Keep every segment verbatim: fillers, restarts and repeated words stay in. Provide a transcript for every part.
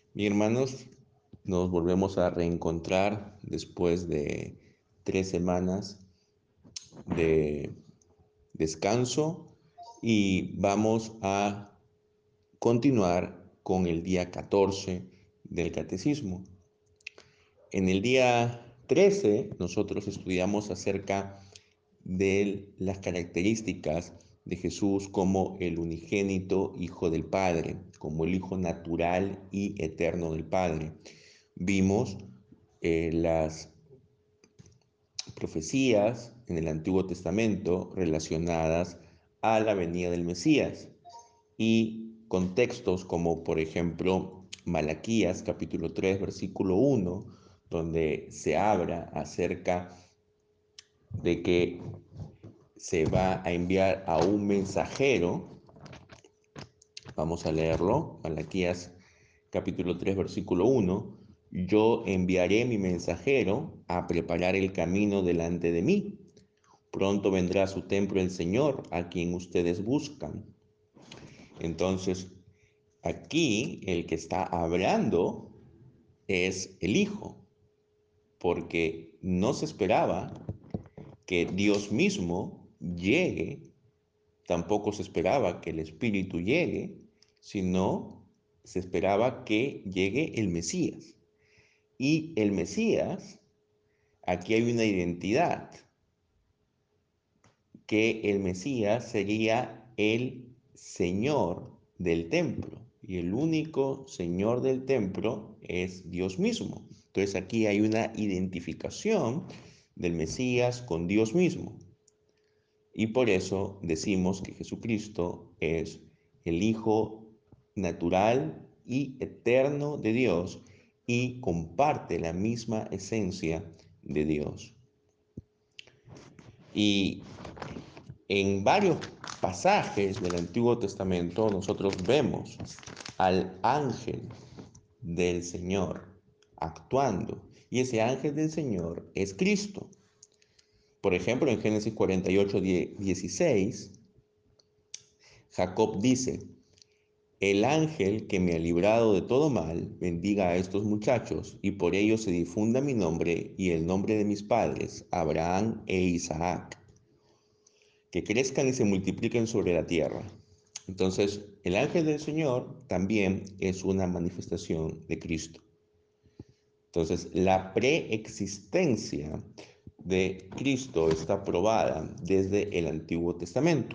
Bien, hermanos, nos volvemos a reencontrar después de tres semanas de descanso y vamos a continuar con el día catorce del catecismo. En el día trece nosotros estudiamos acerca de las características de Jesús como el unigénito Hijo del Padre, como el Hijo natural y eterno del Padre. Vimos eh, las profecías en el Antiguo Testamento relacionadas a la venida del Mesías y contextos como por ejemplo Malaquías capítulo tres versículo uno, donde se habla acerca de que se va a enviar a un mensajero. Vamos a leerlo, Malaquías capítulo tres versículo uno. Yo enviaré mi mensajero a preparar el camino delante de mí. Pronto vendrá a su templo el Señor, a quien ustedes buscan. Entonces, aquí el que está hablando es el Hijo, porque no se esperaba que Dios mismo llegue, tampoco se esperaba que el Espíritu llegue, sino se esperaba que llegue el Mesías. Y el Mesías, aquí hay una identidad, que el Mesías sería el Señor del templo. Y el único Señor del templo es Dios mismo. Entonces aquí hay una identificación del Mesías con Dios mismo. Y por eso decimos que Jesucristo es el Hijo natural y eterno de Dios y comparte la misma esencia de Dios. Y en varios pasajes del Antiguo Testamento nosotros vemos al ángel del Señor actuando. Y ese ángel del Señor es Cristo. Por ejemplo, en Génesis cuarenta y ocho, dieciséis, Jacob dice: el ángel que me ha librado de todo mal, bendiga a estos muchachos, y por ellos se difunda mi nombre y el nombre de mis padres, Abraham e Isaac, que crezcan y se multipliquen sobre la tierra. Entonces, el ángel del Señor también es una manifestación de Cristo. Entonces, la preexistencia de Cristo está probada desde el Antiguo Testamento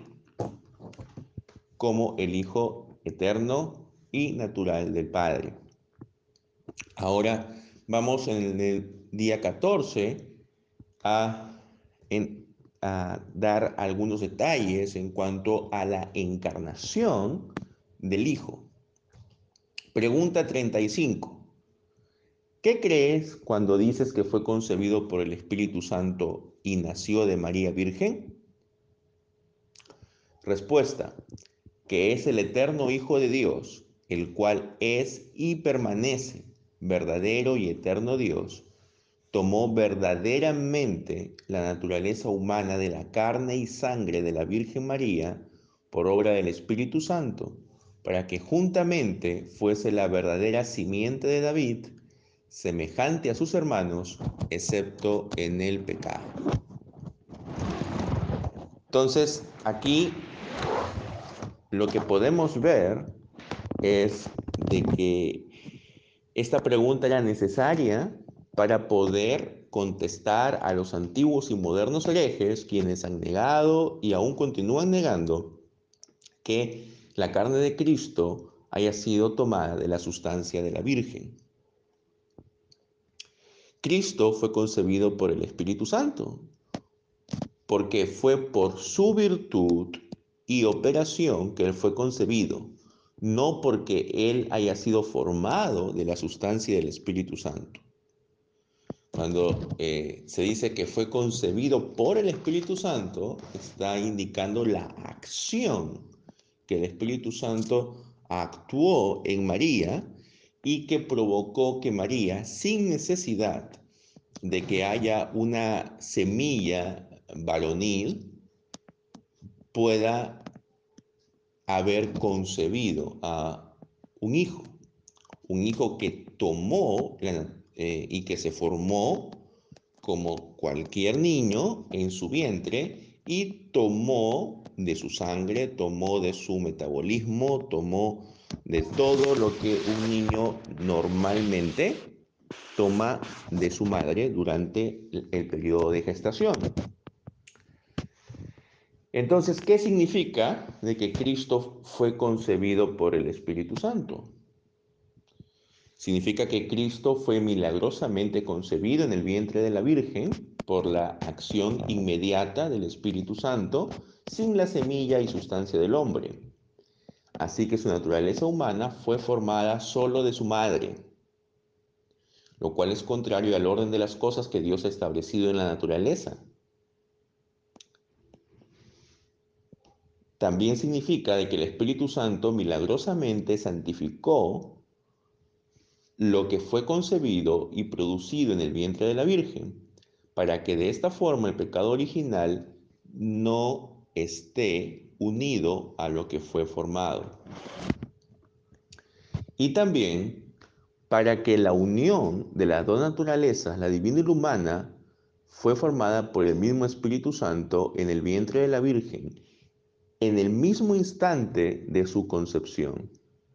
como el Hijo eterno y natural del Padre. Ahora vamos en el día catorce a, en, a dar algunos detalles en cuanto a la encarnación del Hijo. Pregunta treinta y cinco. ¿Qué crees cuando dices que fue concebido por el Espíritu Santo y nació de María Virgen? Respuesta: que es el eterno Hijo de Dios, el cual es y permanece verdadero y eterno Dios, tomó verdaderamente la naturaleza humana de la carne y sangre de la Virgen María por obra del Espíritu Santo, para que juntamente fuese la verdadera simiente de David, semejante a sus hermanos, excepto en el pecado. Entonces, aquí lo que podemos ver es de que esta pregunta era necesaria para poder contestar a los antiguos y modernos herejes, quienes han negado y aún continúan negando que la carne de Cristo haya sido tomada de la sustancia de la Virgen. Cristo fue concebido por el Espíritu Santo, porque fue por su virtud y operación que Él fue concebido, no porque Él haya sido formado de la sustancia del Espíritu Santo. Cuando eh, se dice que fue concebido por el Espíritu Santo, está indicando la acción que el Espíritu Santo actuó en María y que provocó que María, sin necesidad de que haya una semilla varonil, pueda haber concebido a un hijo. un hijo que tomó eh, y que se formó como cualquier niño en su vientre y tomó de su sangre, tomó de su metabolismo, tomó de todo lo que un niño normalmente toma de su madre durante el periodo de gestación. Entonces, ¿qué significa de que Cristo fue concebido por el Espíritu Santo? Significa que Cristo fue milagrosamente concebido en el vientre de la Virgen por la acción inmediata del Espíritu Santo, sin la semilla y sustancia del hombre. Así que su naturaleza humana fue formada solo de su madre, lo cual es contrario al orden de las cosas que Dios ha establecido en la naturaleza. También significa de que el Espíritu Santo milagrosamente santificó lo que fue concebido y producido en el vientre de la Virgen, para que de esta forma el pecado original no esté unido a lo que fue formado. Y también para que la unión de las dos naturalezas, la divina y la humana, fue formada por el mismo Espíritu Santo en el vientre de la Virgen, en el mismo instante de su concepción.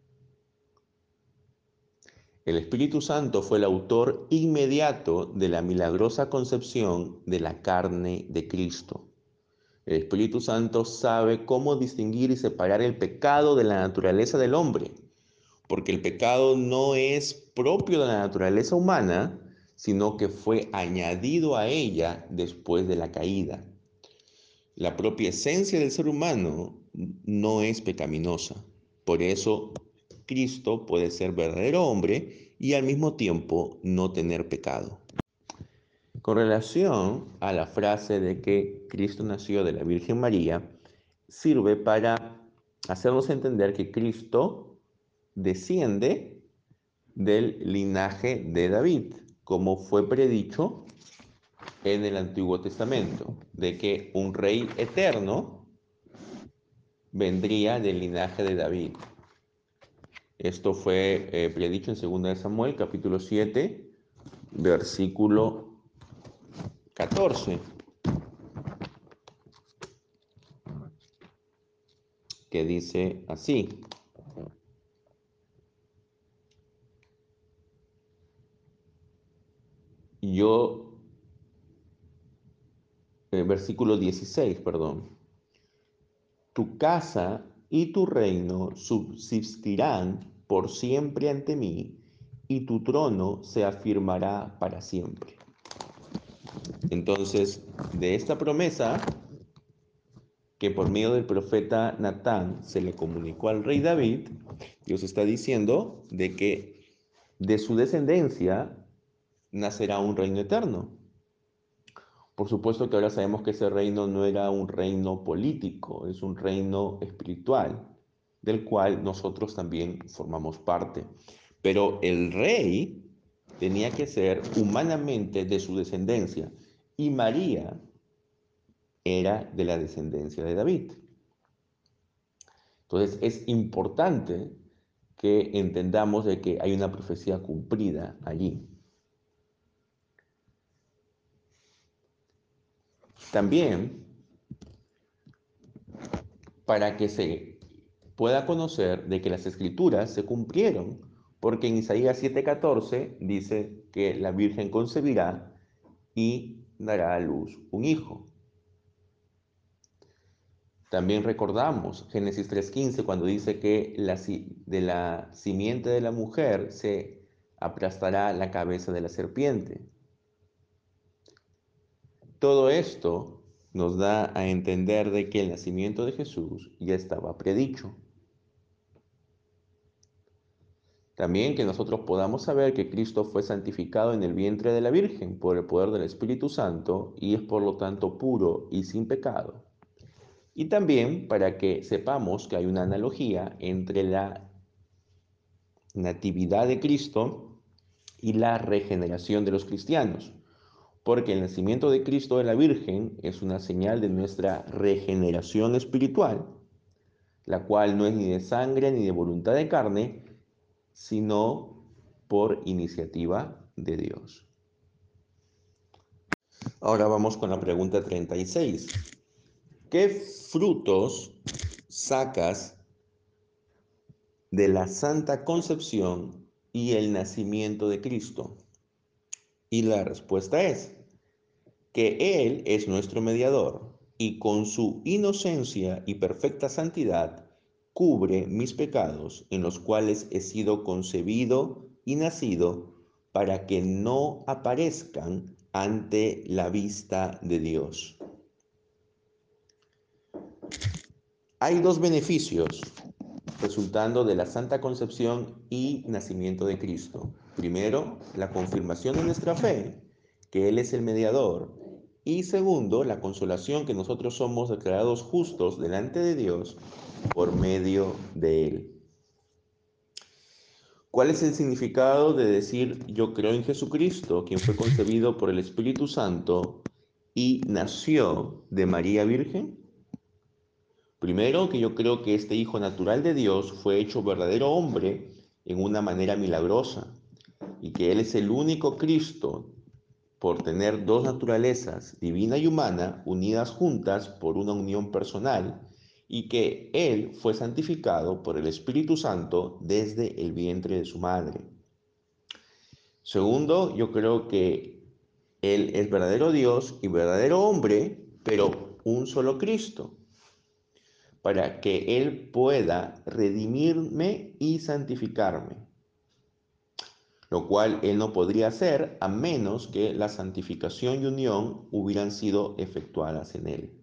El Espíritu Santo fue el autor inmediato de la milagrosa concepción de la carne de Cristo. El Espíritu Santo sabe cómo distinguir y separar el pecado de la naturaleza del hombre, porque el pecado no es propio de la naturaleza humana, sino que fue añadido a ella después de la caída. La propia esencia del ser humano no es pecaminosa. Por eso Cristo puede ser verdadero hombre y al mismo tiempo no tener pecado. Con relación a la frase de que Cristo nació de la Virgen María, sirve para hacernos entender que Cristo desciende del linaje de David, como fue predicho en el Antiguo Testamento, de que un rey eterno vendría del linaje de David. Esto fue eh, predicho en segunda de Samuel, capítulo siete, versículo catorce, que dice así: yo, eh, versículo dieciséis, perdón, tu casa y tu reino subsistirán por siempre ante mí, y tu trono se afirmará para siempre. Entonces, de esta promesa que por medio del profeta Natán se le comunicó al rey David, Dios está diciendo de que de su descendencia nacerá un reino eterno. Por supuesto que ahora sabemos que ese reino no era un reino político, es un reino espiritual, del cual nosotros también formamos parte. Pero el rey tenía que ser humanamente de su descendencia, y María era de la descendencia de David. Entonces es importante que entendamos de que hay una profecía cumplida allí. También, para que se pueda conocer de que las escrituras se cumplieron, porque en Isaías siete catorce dice que la Virgen concebirá y dará a luz un hijo. También recordamos Génesis tres quince cuando dice que la, de la simiente de la mujer se aplastará la cabeza de la serpiente. Todo esto nos da a entender de que el nacimiento de Jesús ya estaba predicho. También que nosotros podamos saber que Cristo fue santificado en el vientre de la Virgen por el poder del Espíritu Santo y es por lo tanto puro y sin pecado. Y también para que sepamos que hay una analogía entre la natividad de Cristo y la regeneración de los cristianos, porque el nacimiento de Cristo de la Virgen es una señal de nuestra regeneración espiritual, la cual no es ni de sangre ni de voluntad de carne, sino por iniciativa de Dios. Ahora vamos con la pregunta treinta y seis. ¿Qué frutos sacas de la Santa Concepción y el nacimiento de Cristo? Y la respuesta es que Él es nuestro mediador y con su inocencia y perfecta santidad cubre mis pecados, en los cuales he sido concebido y nacido, para que no aparezcan ante la vista de Dios. Hay dos beneficios resultando de la Santa Concepción y nacimiento de Cristo. Primero, la confirmación de nuestra fe, que Él es el mediador. Y segundo, la consolación que nosotros somos declarados justos delante de Dios por medio de Él. ¿Cuál es el significado de decir yo creo en Jesucristo, quien fue concebido por el Espíritu Santo y nació de María Virgen? Primero, que yo creo que este Hijo natural de Dios fue hecho verdadero hombre en una manera milagrosa y que Él es el único Cristo por tener dos naturalezas, divina y humana, unidas juntas por una unión personal, y que Él fue santificado por el Espíritu Santo desde el vientre de su madre. Segundo, yo creo que Él es verdadero Dios y verdadero hombre, pero un solo Cristo, para que Él pueda redimirme y santificarme, lo cual Él no podría hacer a menos que la santificación y unión hubieran sido efectuadas en Él.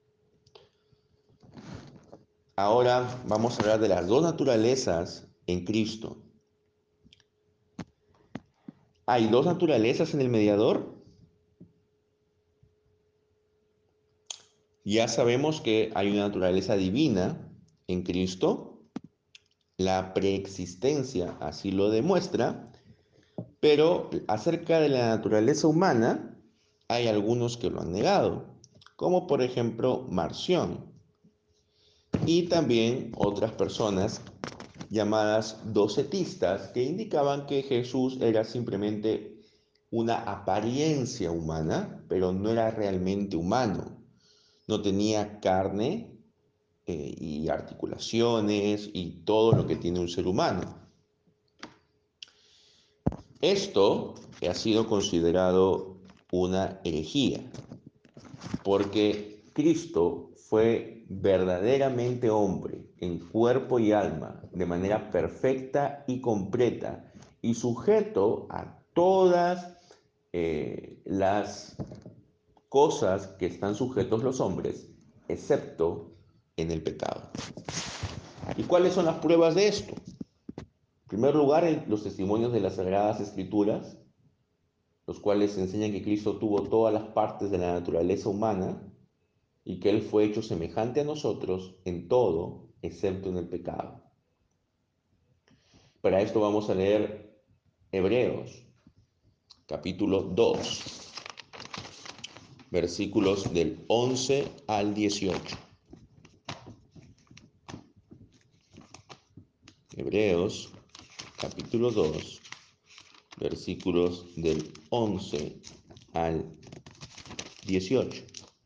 Ahora vamos a hablar de las dos naturalezas en Cristo. ¿Hay dos naturalezas en el mediador? Ya sabemos que hay una naturaleza divina en Cristo, la preexistencia así lo demuestra, pero acerca de la naturaleza humana hay algunos que lo han negado, como por ejemplo Marción, y también otras personas llamadas docetistas que indicaban que Jesús era simplemente una apariencia humana, pero no era realmente humano. No tenía carne eh, y articulaciones y todo lo que tiene un ser humano. Esto ha sido considerado una herejía, porque Cristo fue verdaderamente hombre en cuerpo y alma, de manera perfecta y completa, y sujeto a todas eh, las cosas que están sujetos los hombres, excepto en el pecado. ¿Y cuáles son las pruebas de esto? En primer lugar, los testimonios de las Sagradas Escrituras, los cuales enseñan que Cristo tuvo todas las partes de la naturaleza humana y que Él fue hecho semejante a nosotros en todo, excepto en el pecado. Para esto vamos a leer Hebreos, capítulo dos, versículos del once al dieciocho. Hebreos, capítulo dos, versículos del once al dieciocho.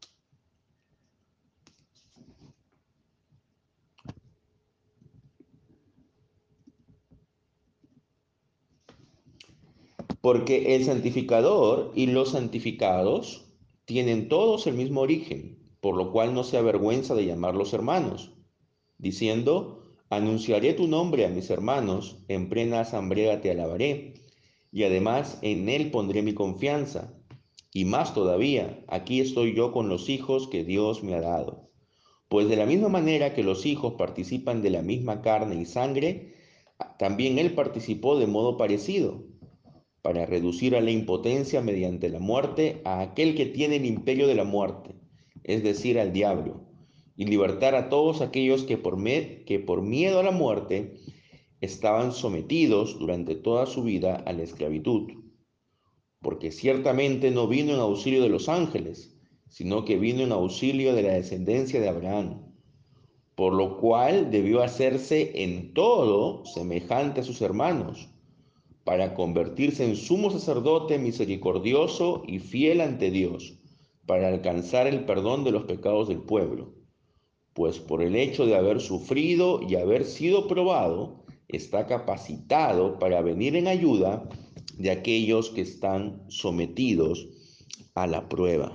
Porque el santificador y los santificados tienen todos el mismo origen, por lo cual no se avergüenza de llamarlos hermanos, diciendo, anunciaré tu nombre a mis hermanos, en plena asamblea te alabaré, y además en él pondré mi confianza. Y más todavía, aquí estoy yo con los hijos que Dios me ha dado. Pues de la misma manera que los hijos participan de la misma carne y sangre, también él participó de modo parecido, para reducir a la impotencia mediante la muerte a aquel que tiene el imperio de la muerte, es decir, al diablo, y libertar a todos aquellos que por, me, que por miedo a la muerte estaban sometidos durante toda su vida a la esclavitud. Porque ciertamente no vino en auxilio de los ángeles, sino que vino en auxilio de la descendencia de Abraham, por lo cual debió hacerse en todo semejante a sus hermanos, para convertirse en sumo sacerdote misericordioso y fiel ante Dios, para alcanzar el perdón de los pecados del pueblo, pues por el hecho de haber sufrido y haber sido probado, está capacitado para venir en ayuda de aquellos que están sometidos a la prueba.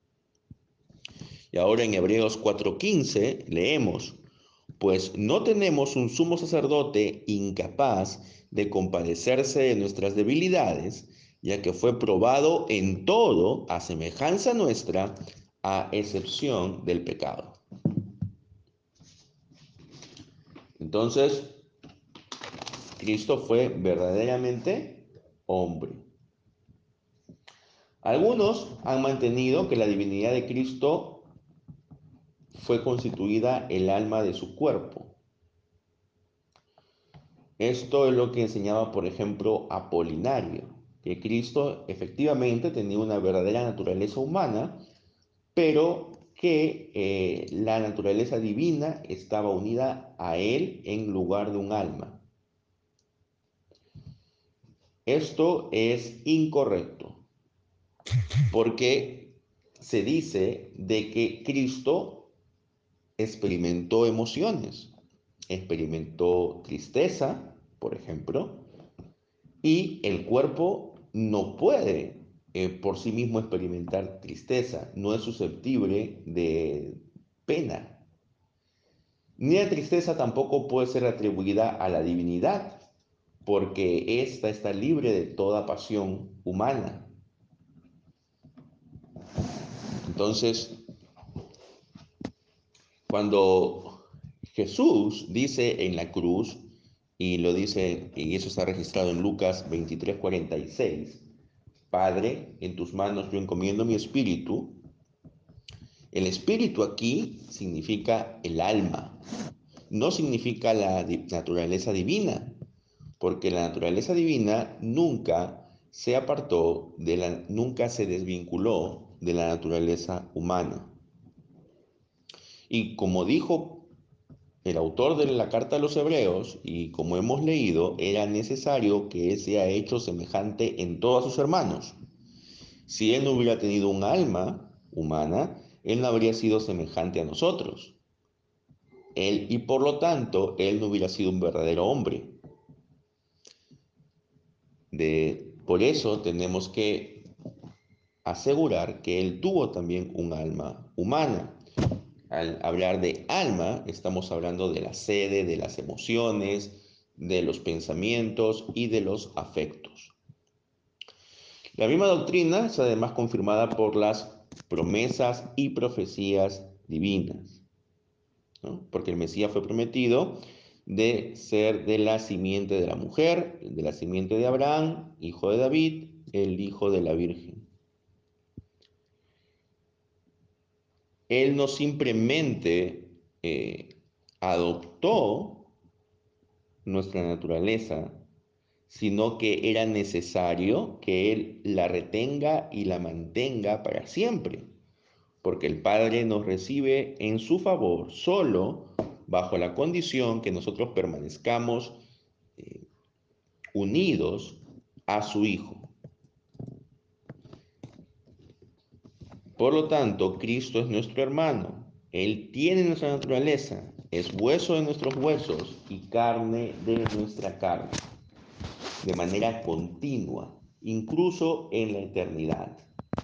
Y ahora en Hebreos cuatro quince leemos: pues no tenemos un sumo sacerdote incapaz de compadecerse de nuestras debilidades, ya que fue probado en todo a semejanza nuestra, a excepción del pecado. Entonces, Cristo fue verdaderamente hombre. Algunos han mantenido que la divinidad de Cristo fue constituida el alma de su cuerpo. Esto es lo que enseñaba, por ejemplo, Apolinario, que Cristo efectivamente tenía una verdadera naturaleza humana, pero que eh, la naturaleza divina estaba unida a él en lugar de un alma. Esto es incorrecto, porque se dice de que Cristo experimentó emociones, experimentó tristeza, por ejemplo, y el cuerpo no puede eh, por sí mismo experimentar tristeza, no es susceptible de pena. Ni la tristeza tampoco puede ser atribuida a la divinidad, porque ésta está libre de toda pasión humana. Entonces, cuando Jesús dice en la cruz, y lo dice, y eso está registrado en Lucas veintitrés cuarenta y seis, Padre, en tus manos yo encomiendo mi espíritu. El espíritu aquí significa el alma, no significa la naturaleza divina, porque la naturaleza divina nunca se apartó, de la, nunca se desvinculó de la naturaleza humana. Y como dijo el autor de la carta a los Hebreos, y como hemos leído, era necesario que él sea hecho semejante en todos sus hermanos. Si él no hubiera tenido un alma humana, él no habría sido semejante a nosotros. Él, y por lo tanto, él no hubiera sido un verdadero hombre. De, por eso tenemos que asegurar que él tuvo también un alma humana. Al hablar de alma, estamos hablando de la sede, de las emociones, de los pensamientos y de los afectos. La misma doctrina es además confirmada por las promesas y profecías divinas, ¿no? Porque el Mesías fue prometido de ser de la simiente de la mujer, de la simiente de Abraham, hijo de David, el hijo de la Virgen. Él no simplemente eh, adoptó nuestra naturaleza, sino que era necesario que Él la retenga y la mantenga para siempre, porque el Padre nos recibe en su favor solo bajo la condición que nosotros permanezcamos eh, unidos a su Hijo. Por lo tanto, Cristo es nuestro hermano. Él tiene nuestra naturaleza, es hueso de nuestros huesos y carne de nuestra carne, de manera continua, incluso en la eternidad.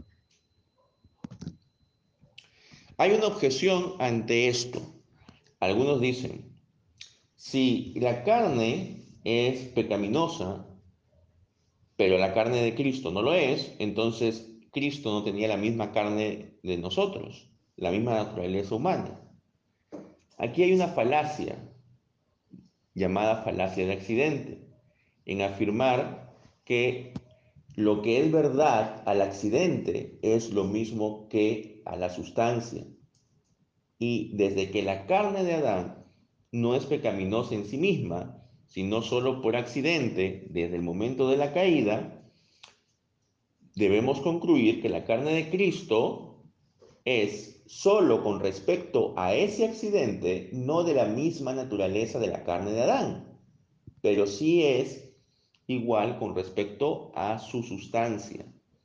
Hay una objeción ante esto. Algunos dicen, si la carne es pecaminosa, pero la carne de Cristo no lo es, entonces Cristo no tenía la misma carne de nosotros, la misma naturaleza humana. Aquí hay una falacia llamada falacia de accidente, en afirmar que lo que es verdad al accidente es lo mismo que a la sustancia. Y desde que la carne de Adán no es pecaminosa en sí misma, sino solo por accidente, desde el momento de la caída, debemos concluir que la carne de Cristo es solo con respecto a ese accidente, no de la misma naturaleza de la carne de Adán, pero sí es igual con respecto a su sustancia.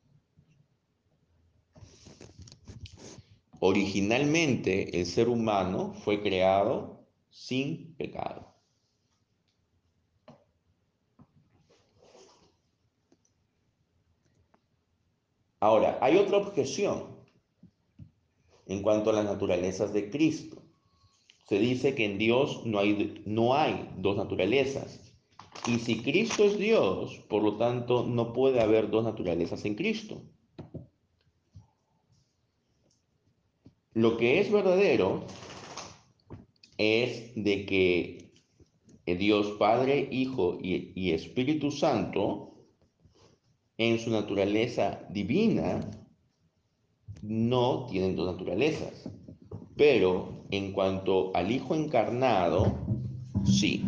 Originalmente el ser humano fue creado sin pecado. Ahora, hay otra objeción en cuanto a las naturalezas de Cristo. Se dice que en Dios no hay, no hay dos naturalezas. Y si Cristo es Dios, por lo tanto, no puede haber dos naturalezas en Cristo. Lo que es verdadero es de que Dios Padre, Hijo y, y Espíritu Santo, en su naturaleza divina, no tienen dos naturalezas. Pero en cuanto al Hijo encarnado, sí.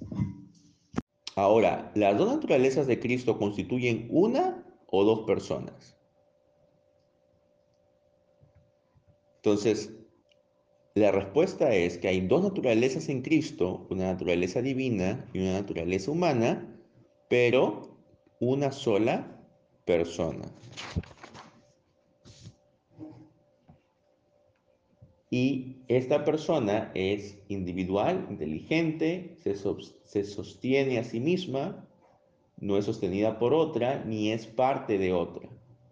Ahora, ¿las dos naturalezas de Cristo constituyen una o dos personas? Entonces, la respuesta es que hay dos naturalezas en Cristo, una naturaleza divina y una naturaleza humana, pero una sola persona. Y esta persona es individual, inteligente, se, se sostiene a sí misma, no es sostenida por otra, ni es parte de otra.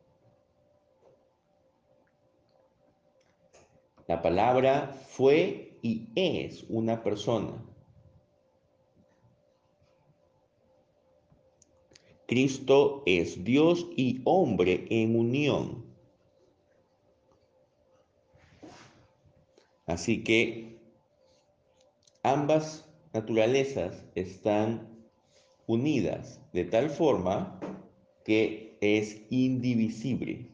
La palabra fue y es una persona. Cristo es Dios y hombre en unión. Así que ambas naturalezas están unidas de tal forma que es indivisible.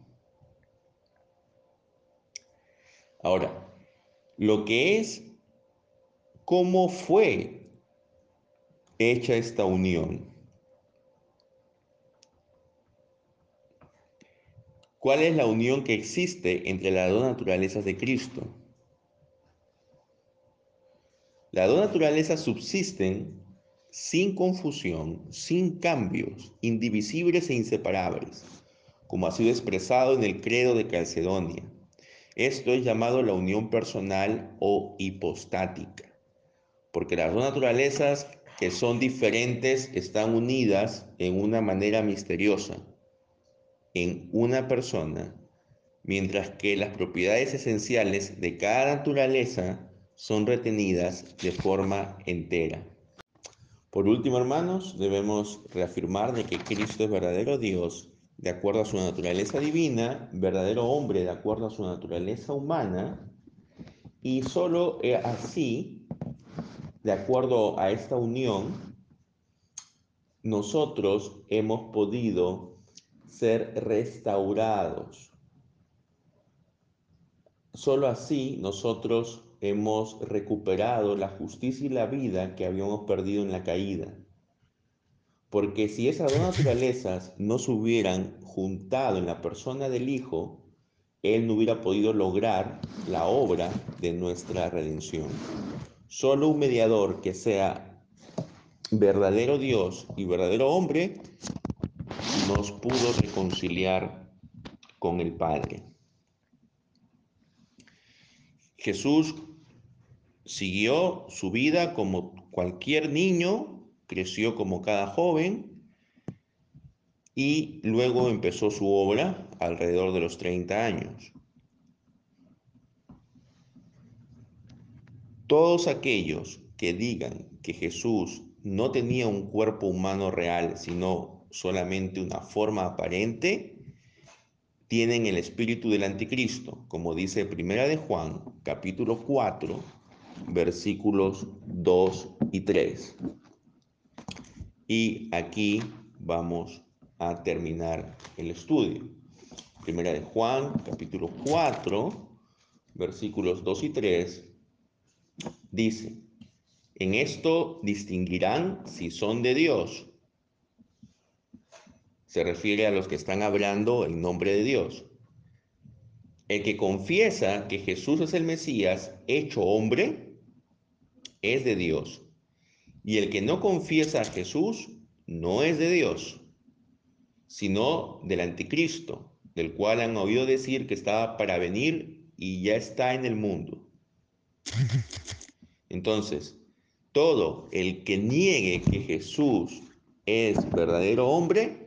Ahora, lo que es cómo fue hecha esta unión. ¿Cuál es la unión que existe entre las dos naturalezas de Cristo? Las dos naturalezas subsisten sin confusión, sin cambios, indivisibles e inseparables, como ha sido expresado en el Credo de Calcedonia. Esto es llamado la unión personal o hipostática, porque las dos naturalezas que son diferentes están unidas en una manera misteriosa, en una persona, mientras que las propiedades esenciales de cada naturaleza son retenidas de forma entera. Por último, hermanos, debemos reafirmar de que Cristo es verdadero Dios de acuerdo a su naturaleza divina, verdadero hombre de acuerdo a su naturaleza humana, y solo así, de acuerdo a esta unión, nosotros hemos podido ser restaurados. Solo así nosotros hemos recuperado la justicia y la vida que habíamos perdido en la caída. Porque si esas dos naturalezas no se hubieran juntado en la persona del Hijo, Él no hubiera podido lograr la obra de nuestra redención. Solo un mediador que sea verdadero Dios y verdadero hombre nos pudo reconciliar con el Padre. Jesús siguió su vida como cualquier niño, creció como cada joven y luego empezó su obra alrededor de los treinta años. Todos aquellos que digan que Jesús no tenía un cuerpo humano real, sino solamente una forma aparente, tienen el espíritu del anticristo, como dice Primera de Juan, capítulo cuatro, versículos dos y tres. Y aquí vamos a terminar el estudio. Primera de Juan, capítulo cuatro, versículos dos y tres, dice: en esto distinguirán si son de Dios. Se refiere a los que están hablando en nombre de Dios. El que confiesa que Jesús es el Mesías hecho hombre es de Dios. Y el que no confiesa a Jesús no es de Dios, sino del anticristo, del cual han oído decir que estaba para venir y ya está en el mundo. Entonces, todo el que niegue que Jesús es verdadero hombre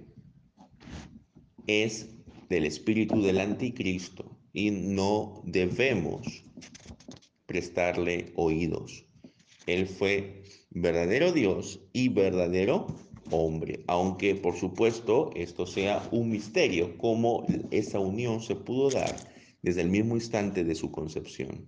es del espíritu del anticristo y no debemos prestarle oídos. Él fue verdadero Dios y verdadero hombre, aunque por supuesto esto sea un misterio, cómo esa unión se pudo dar desde el mismo instante de su concepción.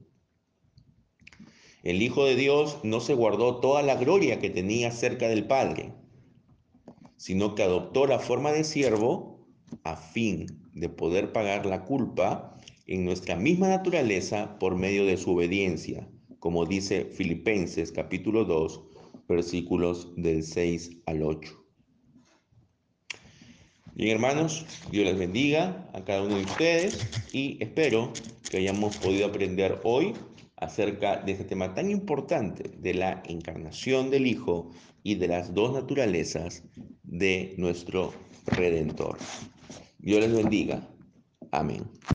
El Hijo de Dios no se guardó toda la gloria que tenía cerca del Padre, sino que adoptó la forma de siervo a fin de poder pagar la culpa en nuestra misma naturaleza por medio de su obediencia, como dice Filipenses capítulo dos, versículos del seis al ocho. Bien, hermanos, Dios les bendiga a cada uno de ustedes y espero que hayamos podido aprender hoy acerca de este tema tan importante de la encarnación del Hijo y de las dos naturalezas de nuestro Redentor. Dios les bendiga. Amén.